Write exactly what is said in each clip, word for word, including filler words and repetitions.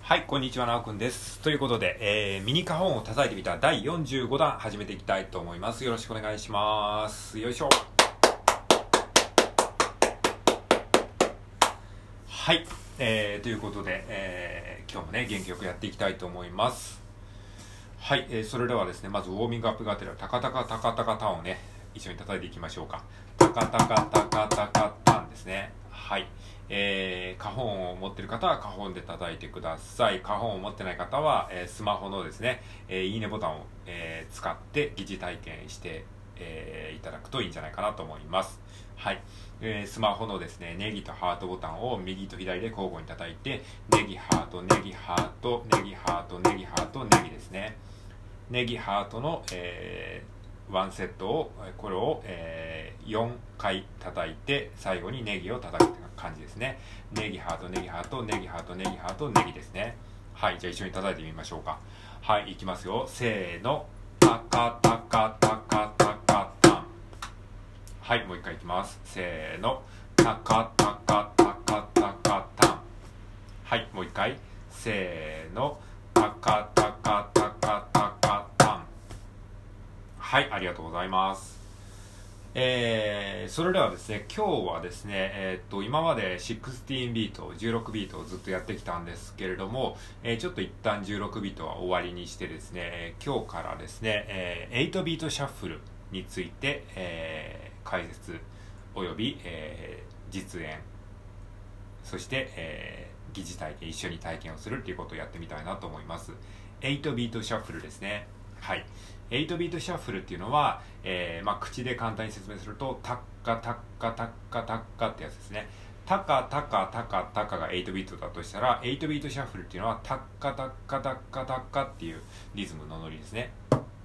はい、こんにちは、なおくんです。ということで、えー、ミニカホンを叩いてみただいよんじゅうごだん始めていきたいと思います。よろしくお願いします。よいしょ。はい、えー、ということで、えー、今日もね、元気よくやっていきたいと思います。はい、えー、それではですね、まずウォーミングアップがてら、タカタカタカタカタンをね、一緒に叩いていきましょうか。タカタカタカタカタンですね。はい。えー、カホンを持っている方はカホンで叩いてください。カホンを持ってない方は、えー、スマホのですね、えー、いいねボタンを、えー、使って疑似体験して、えー、いただくといいんじゃないかなと思います。はい。えー、スマホのですね、ネギとハートボタンを右と左で交互に叩いて、ネギハート、ネギハート、ネギハート、ネギハート、ネギですね。ネギハートの、えーワンセットをこれを、えー、よんかい叩いて最後にネギを叩くって感じですね。ネギハートネギハートネギハートネギハートネギですね。はい、じゃあ一緒に叩いてみましょうか。はい、いきますよ。せーの、タカタカタカタカタン。はい、もう一回いきます。せーの、タカタカタカタカタン。はい、もう一回。せーの、タカタカタカタカタン。はい、ありがとうございます。えー、それではですね、今日はですね、えー、っと、今までじゅうろくビート、じゅうろくビートをずっとやってきたんですけれども、えー、ちょっと一旦じゅうろくビートは終わりにしてですね、えー、今日からですね、えー、はちビートシャッフルについて、えー、解説および、えー、実演、そして、えー、疑似体験、一緒に体験をするっていうことをやってみたいなと思います。はちビートシャッフルですね。はい。はちビートシャッフルっていうのは、えーまあ、口で簡単に説明すると、タッカタッカタッカタッカってやつですね。タカタカタカタカがはちビートだとしたら、はちビートシャッフルっていうのは、タッカタッカタッカタッカっていうリズムのノリですね。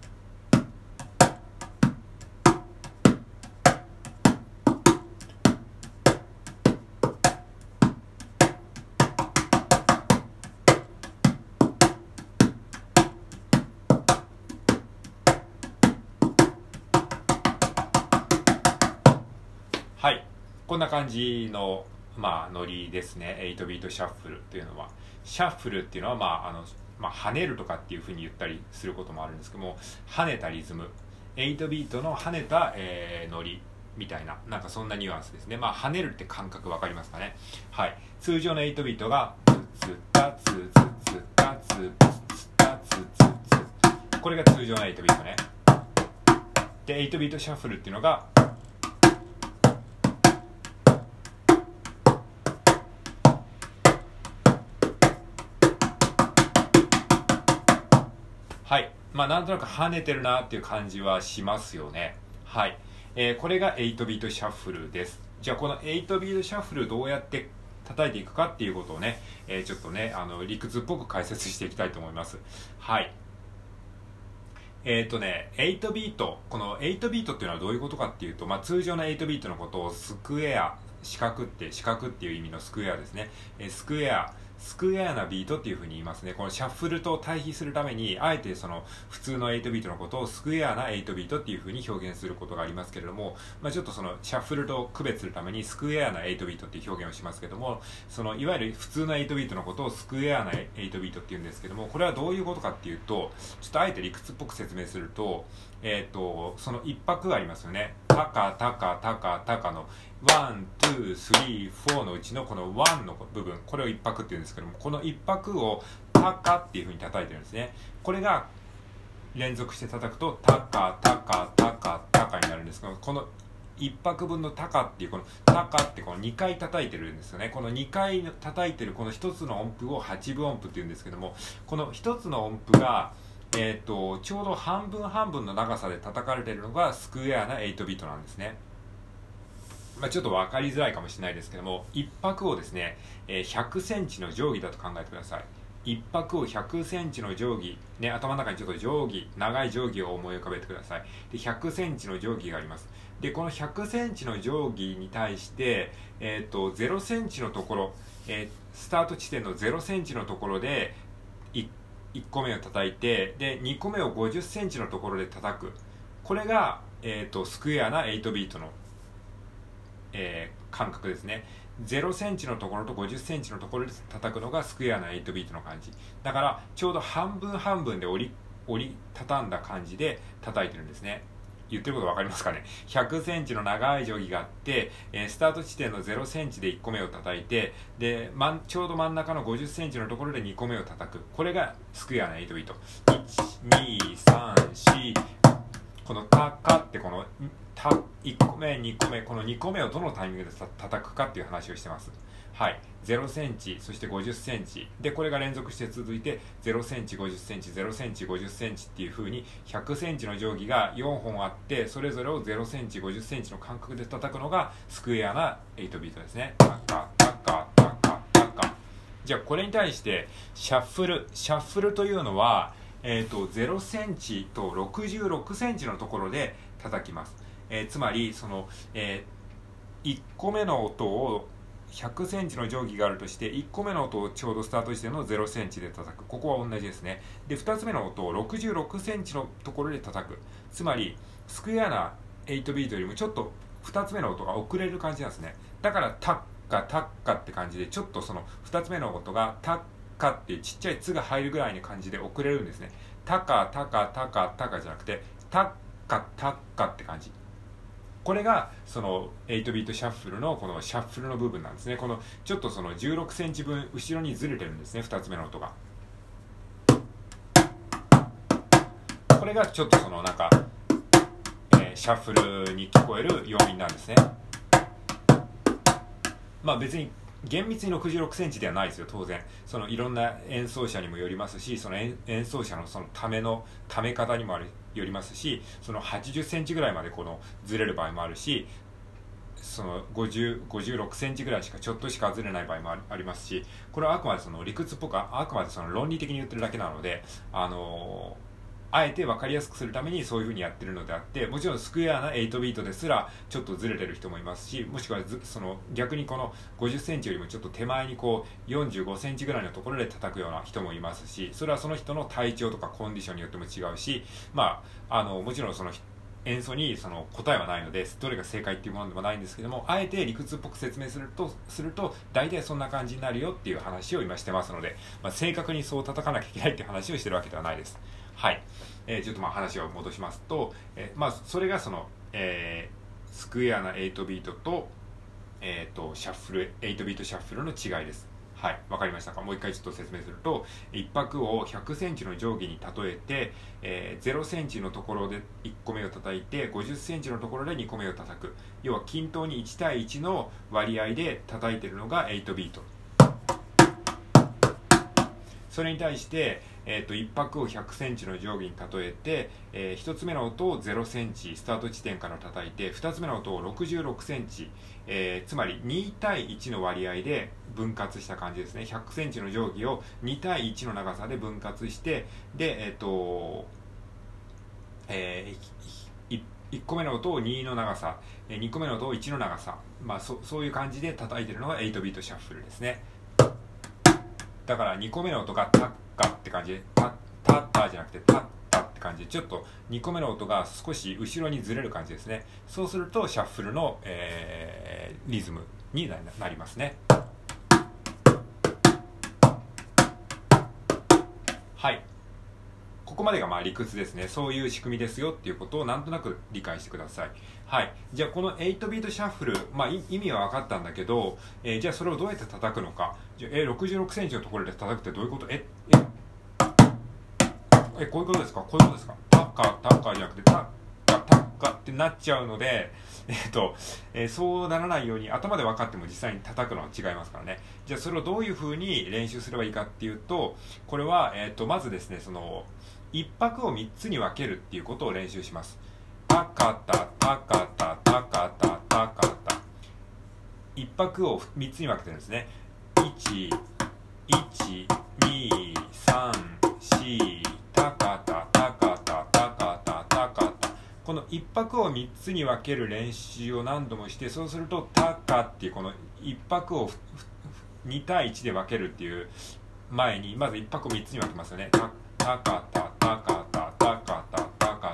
はい、こんな感じの、まあ、ノリですね。はちビートシャッフルっていうのは、シャッフルっていうのは、まああのまあ、跳ねるとかっていうふうに言ったりすることもあるんですけども、跳ねたリズム、はちビートの跳ねた、えー、ノリみたいな、なんかそんなニュアンスですね。まあ、跳ねるって感覚わかりますかね。はい、通常のはちビートがツツタツツツタツツタツツツ、これが通常のはちビートね。で、はちビートシャッフルっていうのがはい。まあ、なんとなく跳ねてるなっていう感じはしますよね。はい。えー、これがはちビートシャッフルです。じゃあ、このはちビートシャッフルどうやって叩いていくかっていうことをね、えー、ちょっとね、あの、理屈っぽく解説していきたいと思います。はい。えっ、ー、とね、はちビート、このはちビートっていうのはどういうことかっていうと、まあ、通常のはちビートのことをスクエア、四角って、四角っていう意味のスクエアですね。えー、スクエア、スクエアなビートっていう風に言いますね。このシャッフルと対比するために、あえてその普通のはちビートのことをスクエアなはちビートっていう風に表現することがありますけれども、まあ、ちょっとそのシャッフルと区別するためにスクエアなはちビートっていう表現をしますけども、そのいわゆる普通のはちビートのことをスクエアなはちビートっていうんですけども、これはどういうことかっていうと、ちょっとあえて理屈っぽく説明すると、えっと、その一拍がありますよね。タカタカタカタカのワン、ツー、スリー、フォーのうちのこのワンの部分、これを一拍っていうんですけども、この一拍をタカっていう風に叩いてるんですね。これが連続して叩くとタカタカタカタカになるんですけど、この一拍分のタカっていうこのタカってこのにかい叩いてるんですよね。このにかい叩いてるこのひとつの音符をはちぶ音符っていうんですけども、このひとつの音符がえー、とちょうど半分半分の長さで叩かれているのがスクエアなはちビートなんですね。まあ、ちょっと分かりづらいかもしれないですけども、一拍をですね、えー、ひゃくセンチの定規だと考えてください。一拍をひゃくセンチの定規、ね、頭の中にちょっと定規、長い定規を思い浮かべてください。で、ひゃくセンチの定規があります。で、このひゃくセンチの定規に対して、えー、とゼロセンチのところ、えー、スタート地点のゼロセンチのところでいっこめを叩いて、でにこめをごじゅっセンチのところで叩く。これが、えー、とスクエアなはちビートの、えー、感覚ですね。 ゼロセンチのところとごじゅっセンチのところで叩くのがスクエアなはちビートの感じだから、ちょうど半分半分で折り折り畳んだ感じで叩いてるんですね。言ってること分かりますかね。ひゃくセンチの長い定規があって、えー、スタート地点のゼロセンチでいっこめを叩いて、で、ま、ちょうど真ん中のごじゅっセンチのところでにこめを叩く。これがスクエアなはちビート。いち、に、さん、よん、このタカってこのたいっこめ、にこめ、このにこめをどのタイミングで叩くかっていう話をしてます。はい、ゼロセンチ、そしてごじゅっセンチで、これが連続して続いてゼロセンチ、ごじゅっセンチ、ゼロセンチ、ごじゅっセンチっていう風にひゃくセンチの定規がよんほんあって、それぞれをゼロセンチ、ごじゅっセンチの間隔で叩くのがスクエアなはちビートですね。タカタカタカタカ。じゃあこれに対してシャッフルシャッフルというのは、えーと、ゼロセンチとろくじゅうろくセンチのところで叩きます。えー、つまりその、えー、いっこめの音をひゃくセンチの定規があるとして、いっこめの音をちょうどスタート地点のゼロセンチで叩く。ここは同じですね。で、ふたつめの音をろくじゅうろくセンチのところで叩く。つまりスクエアなはちビートよりもちょっとふたつめの音が遅れる感じなんですね。だからタッカタッカって感じで、ちょっとそのふたつめの音がタッカっていうちっちゃい「つ」が入るぐらいの感じで遅れるんですね。タカタカタカタカじゃなくてタッカタッカって感じ。これがそのはちビートシャッフルのこのシャッフルの部分なんですね。このちょっとそのじゅうろくセンチ分後ろにずれてるんですね、ふたつめの音が。これがちょっとそのなんか、えー、シャッフルに聞こえる要因なんですね。まあ別に厳密にろくじゅうろくセンチではないですよ、当然。そのいろんな演奏者にもよりますし、その演奏者のそのためのため方にもあるよりますし、そのはちじゅっセンチぐらいまでこのずれる場合もあるし、そのごじゅう、ごじゅうろくセンチぐらいしかちょっとしかずれない場合もありますし、これはあくまでその理屈っぽく、あくまでその論理的に言ってるだけなので、あのーあえて分かりやすくするためにそういう風にやってるのであって、もちろんスクエアなはちビートですらちょっとずれてる人もいますし、もしくはずその逆にこのごじゅっセンチよりもちょっと手前にこうよんじゅうごセンチぐらいのところで叩くような人もいますし、それはその人の体調とかコンディションによっても違うし、まあ、あのもちろんその演奏にその答えはないので、どれが正解っていうものでもないんですけども、あえて理屈っぽく説明するとすると大体そんな感じになるよっていう話を今してますので、まあ、正確にそう叩かなきゃいけないっていう話をしてるわけではないです。はい、えー、ちょっとまあ話を戻しますと、えー、まあそれがその、えー、スクエアなはちビートと、えー、とシャッフルはちビートシャッフルの違いです。はい、わかりましたか。もう一回ちょっと説明すると、一拍をひゃくセンチの定規に例えて、えー、ゼロセンチのところでいっこめを叩いて、ごじゅっセンチのところでにこめを叩く。要は均等にいち対いちの割合で叩いているのがはちビート。それに対して、えー、と一拍をひゃくセンチの定規に例えて、えー、ひとつめの音をゼロセンチスタート地点から叩いて、ふたつめの音をろくじゅうろくセンチ、えー、つまりに対いちの割合で分割した感じですね。ひゃくセンチの定規をに対いちの長さで分割して、で、えっ、ー、と、えー、いっこめの音をにの長さ、にこめの音をいちの長さ、まあ、そ, そういう感じで叩いているのがはちビートシャッフルですね。だからにこめの音がタッカって感じで、タッタッタじゃなくてタッタって感じで、ちょっとにこめの音が少し後ろにずれる感じですね。そうするとシャッフルの、えー、リズムになりますね。はい、ここまでがまあ理屈ですね。そういう仕組みですよっていうことをなんとなく理解してください。はい、じゃあこのはちビートシャッフル、まあ、意味は分かったんだけど、えー、じゃあそれをどうやって叩くのか。じゃあ、えー、ろくじゅうろくセンチのところで叩くってどういうこと？えええこういうことですか？こういうことですか？タッカータッカーじゃなくてタッカタッカってなっちゃうので、えーとえー、そうならないように頭で分かっても実際に叩くのは違いますからね。じゃあそれをどういうふうに練習すればいいかっていうと、これは、えーとまずですね、その一拍をみっつに分けるっていうことを練習します。タカタタカタタカタタカタ、一拍をみっつに分けてるんですね。いち、いち、に、さん、し、タカタタカタタカタタカタ。この一拍をみっつに分ける練習を何度もして、そうするとタカっていうこの一拍をに対いちで分けるっていう前に、まず一拍をみっつに分けますよね。タカタタタカタタカタタカタ。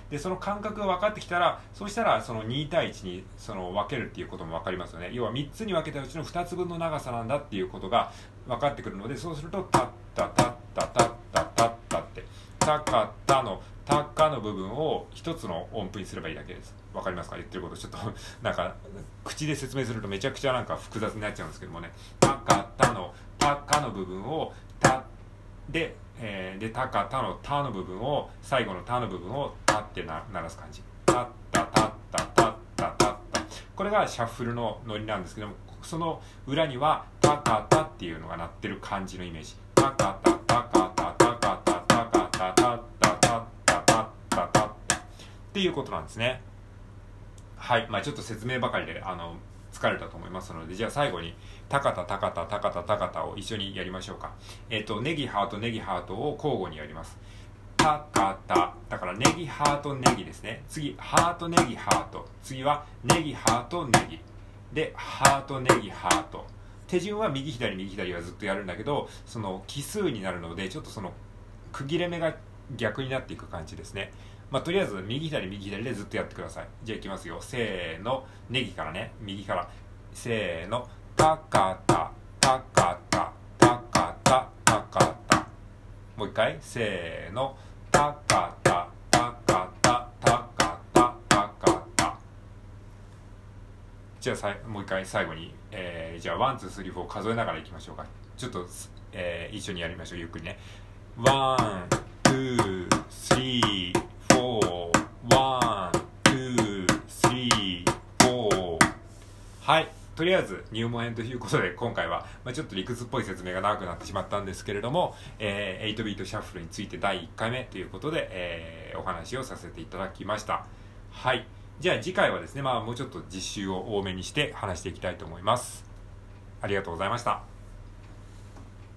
でその感覚が分かってきたら、そうしたらそのに対いちにその分けるっていうことも分かりますよね。要はみっつに分けたうちのふたつぶんの長さなんだっていうことが分かってくるので、そうするとタッタタッタタッタタッタってタカタのタカの部分を一つの音符にすればいいだけです。わかりますか？言ってることちょっとなんか口で説明するとめちゃくちゃなんか複雑になっちゃうんですけどもね、タカタのタカの部分をタで、えー、でタカタのタの部分を最後のタの部分をタってな鳴らす感じ、タッタタッタタッタタッタ、これがシャッフルのノリなんですけども、その裏にはタカタっていうのが鳴ってる感じのイメージ、タカタタカタタカタタカタタタタタタタタっていうことなんですね。はい、まあちょっと説明ばかりであの疲れたと思いますので、じゃあ最後にタカタタカタタカタタカタを一緒にやりましょうか。えっとネギハートネギハートを交互にやります。タカタだからネギハートネギですね。次ハートネギハート、次はネギハートネギでハートネギハート。手順は右左右左はずっとやるんだけど、その奇数になるのでちょっとその区切れ目が逆になっていく感じですね。まあ、とりあえず右左右左でずっとやってください。じゃあいきますよ。せーの、ネギからね、右からせーの、タカタタカタタカタタカタ、もう一回せーの、タカタタカタタカタタカタ。じゃあさいもう一回最後に、えー、じゃあワンツースリーフォー数えながらいきましょうか。ちょっと、えー、一緒にやりましょう。ゆっくりね。ワンツースリーワン、ツー、スリー、フォー。はい。とりあえず入門編ということで、今回は、まあ、ちょっと理屈っぽい説明が長くなってしまったんですけれども、えー、エイトビートシャッフルについてだいいっかいめということで、えー、お話をさせていただきました。はい。じゃあ次回はですね、まあもうちょっと実習を多めにして話していきたいと思います。ありがとうございました。